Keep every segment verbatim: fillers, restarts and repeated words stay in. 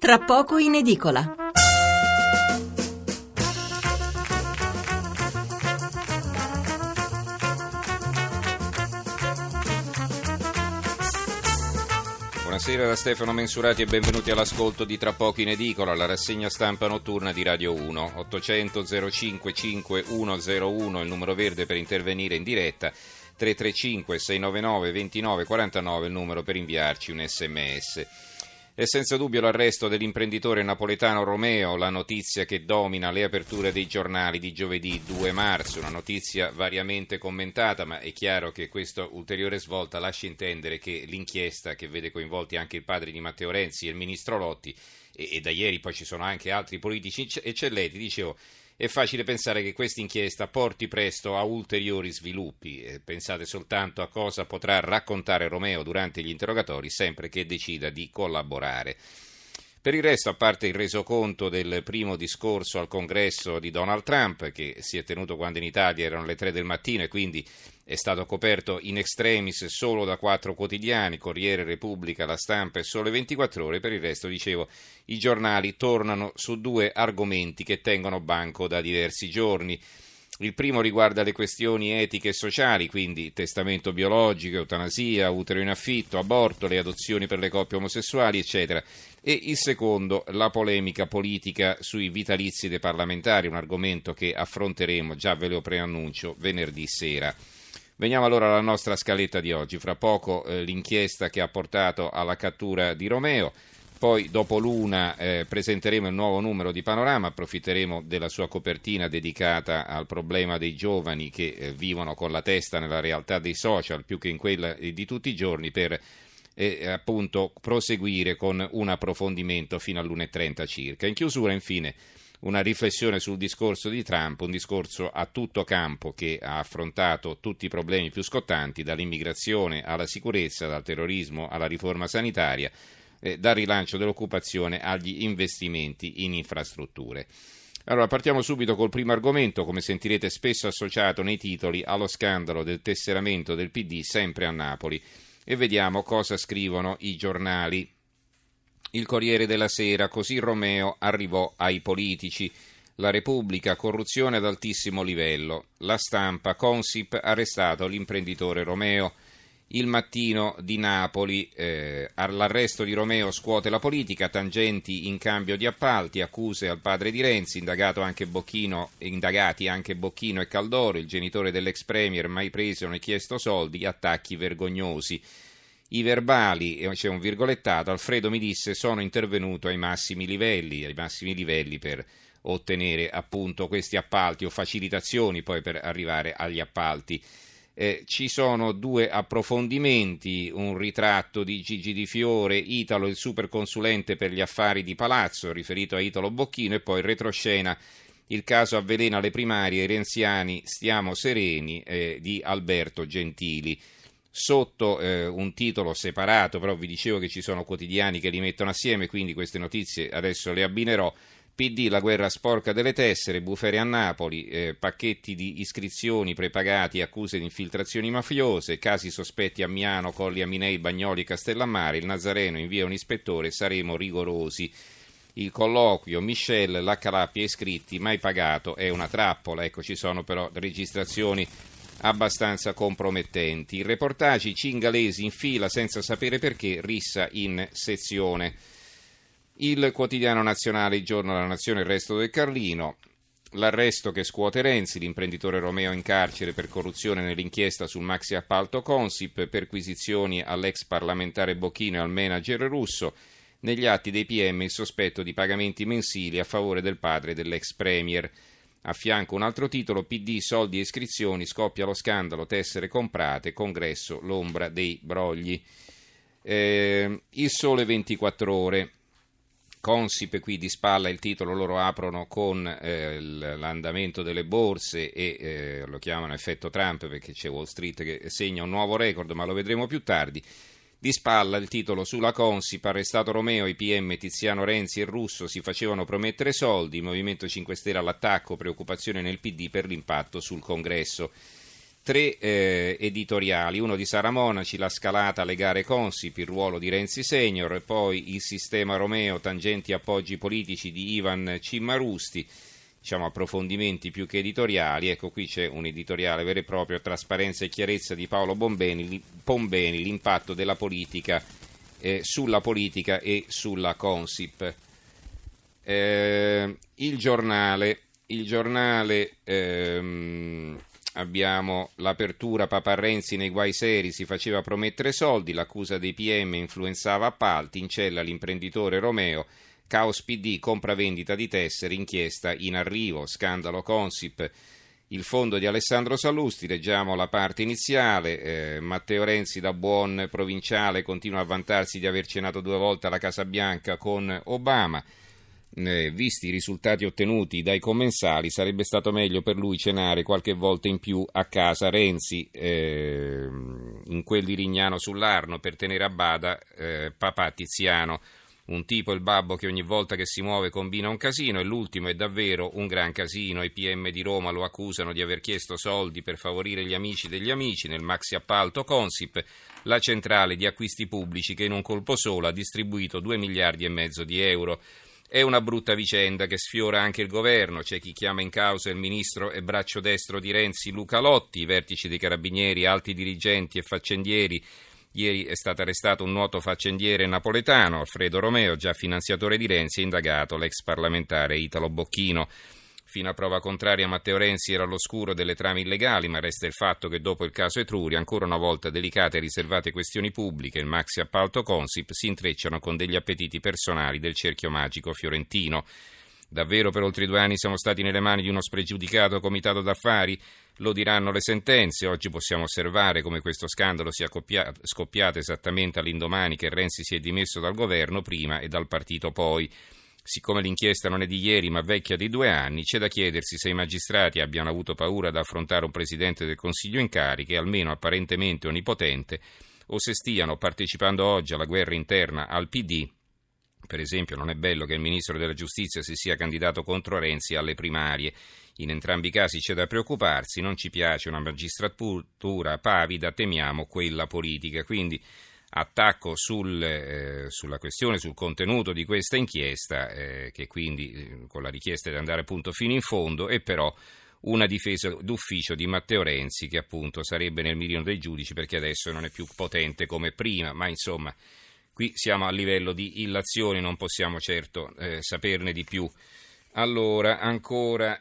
tra poco in edicola. Buonasera da Stefano Mensurati e benvenuti all'ascolto di Tra poco in edicola, la rassegna stampa notturna di Radio uno. ottocento zero cinque cinquecentouno il numero verde per intervenire in diretta, tre tre cinque sei nove nove due nove quattro nove il numero per inviarci un sms. È senza dubbio l'arresto dell'imprenditore napoletano Romeo la notizia che domina le aperture dei giornali di giovedì due marzo, una notizia variamente commentata, ma è chiaro che questa ulteriore svolta lascia intendere che l'inchiesta che vede coinvolti anche il padre di Matteo Renzi e il ministro Lotti, e, e da ieri poi ci sono anche altri politici eccellenti, dicevo, è facile pensare che questa inchiesta porti presto a ulteriori sviluppi. Eh, pensate soltanto a cosa potrà raccontare Romeo durante gli interrogatori, sempre che decida di collaborare. Per il resto, a parte il resoconto del primo discorso al congresso di Donald Trump, che si è tenuto quando in Italia erano le tre del mattino e quindi è stato coperto in extremis solo da quattro quotidiani, Corriere, Repubblica, La Stampa e Sole ventiquattro Ore, per il resto, dicevo, i giornali tornano su due argomenti che tengono banco da diversi giorni. Il primo riguarda le questioni etiche e sociali, quindi testamento biologico, eutanasia, utero in affitto, aborto, le adozioni per le coppie omosessuali, eccetera. E il secondo, la polemica politica sui vitalizi dei parlamentari, un argomento che affronteremo, già ve lo preannuncio, venerdì sera. Veniamo allora alla nostra scaletta di oggi. Fra poco eh, l'inchiesta che ha portato alla cattura di Romeo. Poi dopo l'una eh, presenteremo il nuovo numero di Panorama, approfitteremo della sua copertina dedicata al problema dei giovani che eh, vivono con la testa nella realtà dei social più che in quella eh, di tutti i giorni per eh, appunto proseguire con un approfondimento fino all'una e trenta circa. In chiusura infine una riflessione sul discorso di Trump, un discorso a tutto campo che ha affrontato tutti i problemi più scottanti, dall'immigrazione alla sicurezza, dal terrorismo alla riforma sanitaria, eh, dal rilancio dell'occupazione agli investimenti in infrastrutture. Allora partiamo subito col primo argomento, come sentirete spesso associato nei titoli allo scandalo del tesseramento del P D sempre a Napoli, e vediamo cosa scrivono i giornali. Il Corriere della Sera, così Romeo arrivò ai politici. La Repubblica, corruzione ad altissimo livello. La Stampa, Consip, arrestato l'imprenditore Romeo. Il Mattino di Napoli, eh, all'arresto di Romeo scuote la politica, tangenti in cambio di appalti, accuse al padre di Renzi, indagato anche Bocchino, indagati anche Bocchino e Caldoro, il genitore dell'ex premier, mai preso né chiesto soldi, attacchi vergognosi. I verbali, c'è un virgolettato, Alfredo mi disse sono intervenuto ai massimi livelli, ai massimi livelli per ottenere appunto questi appalti o facilitazioni poi per arrivare agli appalti. Eh, ci sono due approfondimenti, un ritratto di Gigi Di Fiore, Italo il superconsulente per gli affari di Palazzo, riferito a Italo Bocchino, e poi il retroscena, il caso avvelena le primarie, i renziani stiamo sereni, eh, di Alberto Gentili. Sotto eh, un titolo separato, però vi dicevo che ci sono quotidiani che li mettono assieme, quindi queste notizie adesso le abbinerò. P D, la guerra sporca delle tessere, bufere a Napoli, eh, pacchetti di iscrizioni prepagati, accuse di infiltrazioni mafiose, casi sospetti a Miano, Colli Aminei, Bagnoli, Castellammare, il Nazareno invia un ispettore, saremo rigorosi. Il colloquio, Michel, la Calapia iscritti, mai pagato, è una trappola. Ecco, ci sono però registrazioni abbastanza compromettenti. I reportaggi, cingalesi in fila senza sapere perché, rissa in sezione. Il quotidiano nazionale, il giorno della nazione, il resto del Carlino. L'arresto che scuote Renzi, l'imprenditore Romeo in carcere per corruzione nell'inchiesta sul maxi appalto Consip, perquisizioni all'ex parlamentare Bocchino e al manager russo. Negli atti dei P M il sospetto di pagamenti mensili a favore del padre dell'ex premier. A fianco un altro titolo, P D, soldi e iscrizioni, scoppia lo scandalo, tessere comprate, congresso, l'ombra dei brogli. Eh, il Sole ventiquattro Ore, Consip qui di spalla il titolo, loro aprono con eh, l'andamento delle borse e eh, lo chiamano effetto Trump perché c'è Wall Street che segna un nuovo record, ma lo vedremo più tardi. Di spalla il titolo sulla Consip, arrestato Romeo, i P M Tiziano Renzi e Russo si facevano promettere soldi, Movimento cinque Stelle all'attacco, preoccupazione nel P D per l'impatto sul congresso. tre eh, editoriali, uno di Sara Monaci, la scalata alle gare Consip, il ruolo di Renzi Senior, poi il sistema Romeo, tangenti e appoggi politici di Ivan Cimmarusti, diciamo approfondimenti più che editoriali. Ecco, qui c'è un editoriale vero e proprio, trasparenza e chiarezza di Paolo Bombeni, Pombeni, l'impatto della politica eh, sulla politica e sulla Consip. Eh, il giornale, il giornale ehm, abbiamo l'apertura, Papa Renzi nei guai seri, si faceva promettere soldi, l'accusa dei P M influenzava appalti, in cella l'imprenditore Romeo, caos P D, compravendita di tessere, inchiesta in arrivo, scandalo Consip, il fondo di Alessandro Sallusti, leggiamo la parte iniziale, eh, Matteo Renzi da buon provinciale continua a vantarsi di aver cenato due volte alla Casa Bianca con Obama. Eh, visti i risultati ottenuti dai commensali, sarebbe stato meglio per lui cenare qualche volta in più a casa. Renzi eh, in quel di Rignano sull'Arno per tenere a bada eh, papà Tiziano, un tipo, il babbo, che ogni volta che si muove combina un casino, e l'ultimo è davvero un gran casino. I P M di Roma lo accusano di aver chiesto soldi per favorire gli amici degli amici nel maxi appalto Consip, la centrale di acquisti pubblici che in un colpo solo ha distribuito due miliardi e mezzo di euro. È una brutta vicenda che sfiora anche il governo. C'è chi chiama in causa il ministro e braccio destro di Renzi, Luca Lotti, i vertici dei carabinieri, alti dirigenti e faccendieri. Ieri è stato arrestato un noto faccendiere napoletano, Alfredo Romeo, già finanziatore di Renzi, e indagato l'ex parlamentare Italo Bocchino. Fino a prova contraria Matteo Renzi era all'oscuro delle trame illegali, ma resta il fatto che dopo il caso Etruria, ancora una volta delicate e riservate questioni pubbliche, il maxi appalto Consip, si intrecciano con degli appetiti personali del cerchio magico fiorentino. Davvero per oltre due anni siamo stati nelle mani di uno spregiudicato comitato d'affari? Lo diranno le sentenze. Oggi possiamo osservare come questo scandalo sia scoppiato esattamente all'indomani che Renzi si è dimesso dal governo prima e dal partito poi. Siccome l'inchiesta non è di ieri ma vecchia di due anni, c'è da chiedersi se i magistrati abbiano avuto paura ad affrontare un Presidente del Consiglio in carica, almeno apparentemente onnipotente, o se stiano partecipando oggi alla guerra interna al P D. Per esempio, non è bello che il Ministro della Giustizia si sia candidato contro Renzi alle primarie. In entrambi i casi c'è da preoccuparsi, non ci piace una magistratura pavida, temiamo quella politica. Quindi attacco sul, eh, sulla questione, sul contenuto di questa inchiesta, eh, che quindi eh, con la richiesta di andare appunto fino in fondo, e però una difesa d'ufficio di Matteo Renzi che appunto sarebbe nel mirino dei giudici perché adesso non è più potente come prima, ma insomma qui siamo a livello di illazioni, non possiamo certo eh, saperne di più. Allora, ancora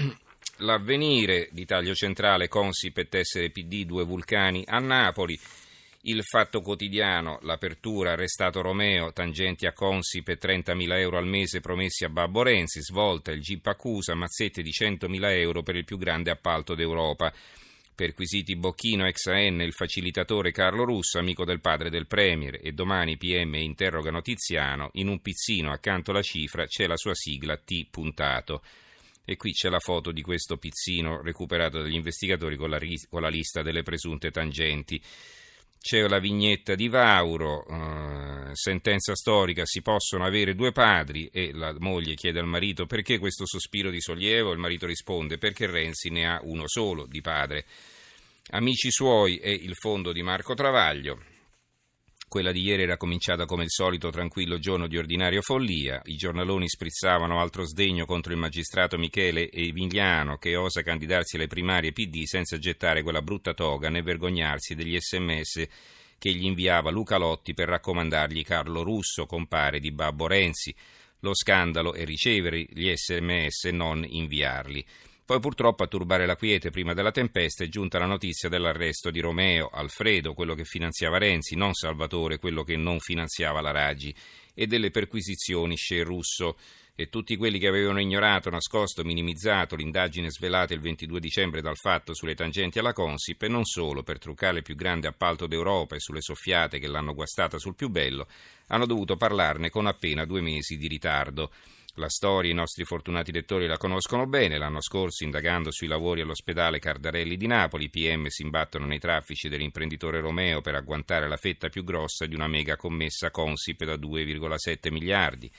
l'Avvenire di taglio centrale, Consip e tessere P D, due vulcani a Napoli. Il Fatto Quotidiano, l'apertura, arrestato Romeo, tangenti a Consip e trentamila euro al mese promessi a Babbo Renzi, svolta, il G I P accusa, mazzette di centomila euro per il più grande appalto d'Europa. Perquisiti Bocchino, ex A N, il facilitatore Carlo Russo, amico del padre del Premier, e domani i P M interrogano Tiziano, in un pizzino accanto alla cifra c'è la sua sigla T puntato. E qui c'è la foto di questo pizzino recuperato dagli investigatori con la, con la lista delle presunte tangenti. C'è la vignetta di Vauro, eh, sentenza storica, si possono avere due padri, e la moglie chiede al marito perché questo sospiro di sollievo, il marito risponde perché Renzi ne ha uno solo di padre. Amici suoi è il fondo di Marco Travaglio. Quella di ieri era cominciata come il solito tranquillo giorno di ordinaria follia. I giornaloni sprizzavano altro sdegno contro il magistrato Michele Emiliano che osa candidarsi alle primarie P D senza gettare quella brutta toga né vergognarsi degli sms che gli inviava Luca Lotti per raccomandargli Carlo Russo, compare di Babbo Renzi. Lo scandalo è ricevere gli sms e non inviarli. Poi purtroppo a turbare la quiete prima della tempesta è giunta la notizia dell'arresto di Romeo, Alfredo, quello che finanziava Renzi, non Salvatore, quello che non finanziava la Raggi, e delle perquisizioni Sce Russo. E tutti quelli che avevano ignorato, nascosto, minimizzato l'indagine svelata il ventidue dicembre dal Fatto sulle tangenti alla Consip, e non solo per truccare il più grande appalto d'Europa e sulle soffiate che l'hanno guastata sul più bello, hanno dovuto parlarne con appena due mesi di ritardo. La storia i nostri fortunati lettori la conoscono bene. L'anno scorso, indagando sui lavori all'ospedale Cardarelli di Napoli, i P M si imbattono nei traffici dell'imprenditore Romeo per agguantare la fetta più grossa di una mega commessa Consip da due virgola sette miliardi.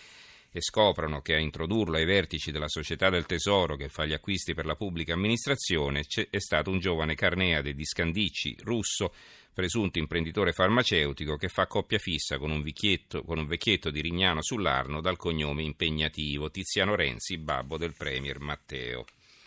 e scoprono che a introdurlo ai vertici della società del tesoro che fa gli acquisti per la pubblica amministrazione è stato un giovane Carneade di Scandicci, russo, presunto imprenditore farmaceutico che fa coppia fissa con un vecchietto, con un vecchietto di Rignano sull'Arno dal cognome impegnativo, Tiziano Renzi, babbo del premier Matteo.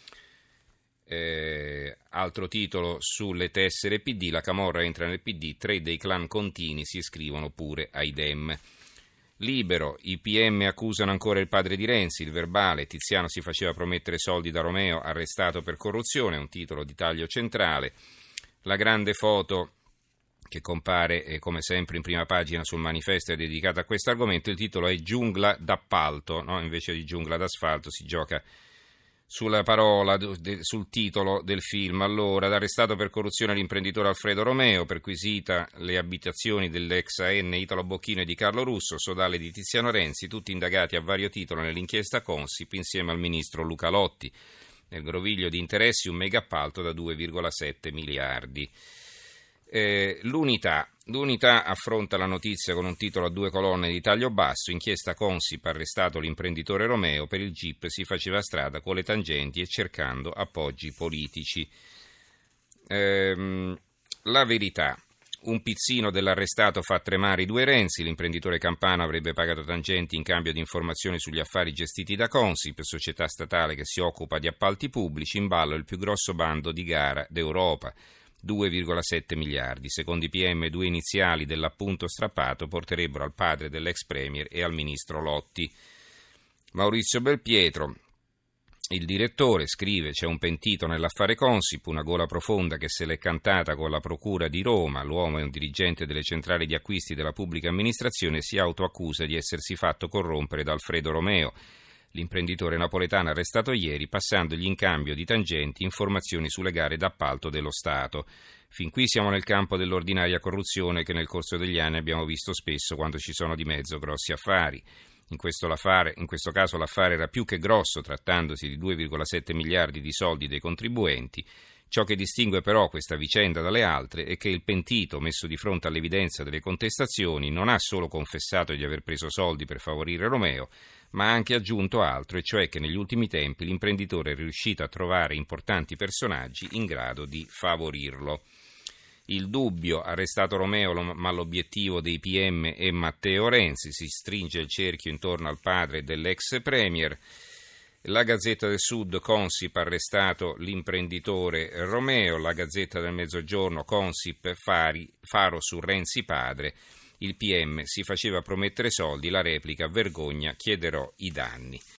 Eh, altro titolo sulle tessere P D, la camorra entra nel P D, tre dei clan Contini si iscrivono pure ai Dem. Libero, i P M accusano ancora il padre di Renzi, il verbale, Tiziano si faceva promettere soldi da Romeo, arrestato per corruzione, un titolo di taglio centrale. La grande foto che compare eh, come sempre in prima pagina sul manifesto è dedicata a questo argomento, il titolo è Giungla d'appalto, no? Invece di giungla d'asfalto si gioca sulla parola, sul titolo del film. Allora, arrestato per corruzione l'imprenditore Alfredo Romeo, perquisita le abitazioni dell'ex A N Italo Bocchino e di Carlo Russo, sodale di Tiziano Renzi, tutti indagati a vario titolo nell'inchiesta Consip insieme al ministro Luca Lotti. Nel groviglio di interessi un mega appalto da due virgola sette miliardi. Eh, l'unità. L'unità affronta la notizia con un titolo a due colonne di taglio basso, inchiesta Consip, arrestato l'imprenditore Romeo, per il G I P si faceva strada con le tangenti e cercando appoggi politici. Ehm, la verità. Un pizzino dell'arrestato fa tremare i due Renzi, l'imprenditore campano avrebbe pagato tangenti in cambio di informazioni sugli affari gestiti da Consip, società statale che si occupa di appalti pubblici, in ballo il più grosso bando di gara d'Europa. due virgola sette miliardi. Secondo i P M, due iniziali dell'appunto strappato porterebbero al padre dell'ex premier e al ministro Lotti. Maurizio Belpietro, il direttore, scrive: c'è un pentito nell'affare Consip, una gola profonda che se l'è cantata con la procura di Roma. L'uomo è un dirigente delle centrali di acquisti della pubblica amministrazione e si autoaccusa di essersi fatto corrompere da Alfredo Romeo, l'imprenditore napoletano arrestato ieri, passandogli in cambio di tangenti informazioni sulle gare d'appalto dello Stato. Fin qui siamo nel campo dell'ordinaria corruzione che nel corso degli anni abbiamo visto spesso quando ci sono di mezzo grossi affari. In questo, l'affare, in questo caso l'affare era più che grosso, trattandosi di due virgola sette miliardi di soldi dei contribuenti. Ciò che distingue però questa vicenda dalle altre è che il pentito, messo di fronte all'evidenza delle contestazioni, non ha solo confessato di aver preso soldi per favorire Romeo, ma ha anche aggiunto altro, e cioè che negli ultimi tempi l'imprenditore è riuscito a trovare importanti personaggi in grado di favorirlo. Il dubbio, arrestato Romeo, ma l'obiettivo dei P M è Matteo Renzi, si stringe il cerchio intorno al padre dell'ex premier. La Gazzetta del Sud, Consip, arrestato l'imprenditore Romeo. La Gazzetta del Mezzogiorno, Consip, fari, faro su Renzi padre. Il P M si faceva promettere soldi, la replica: vergogna, chiederò i danni.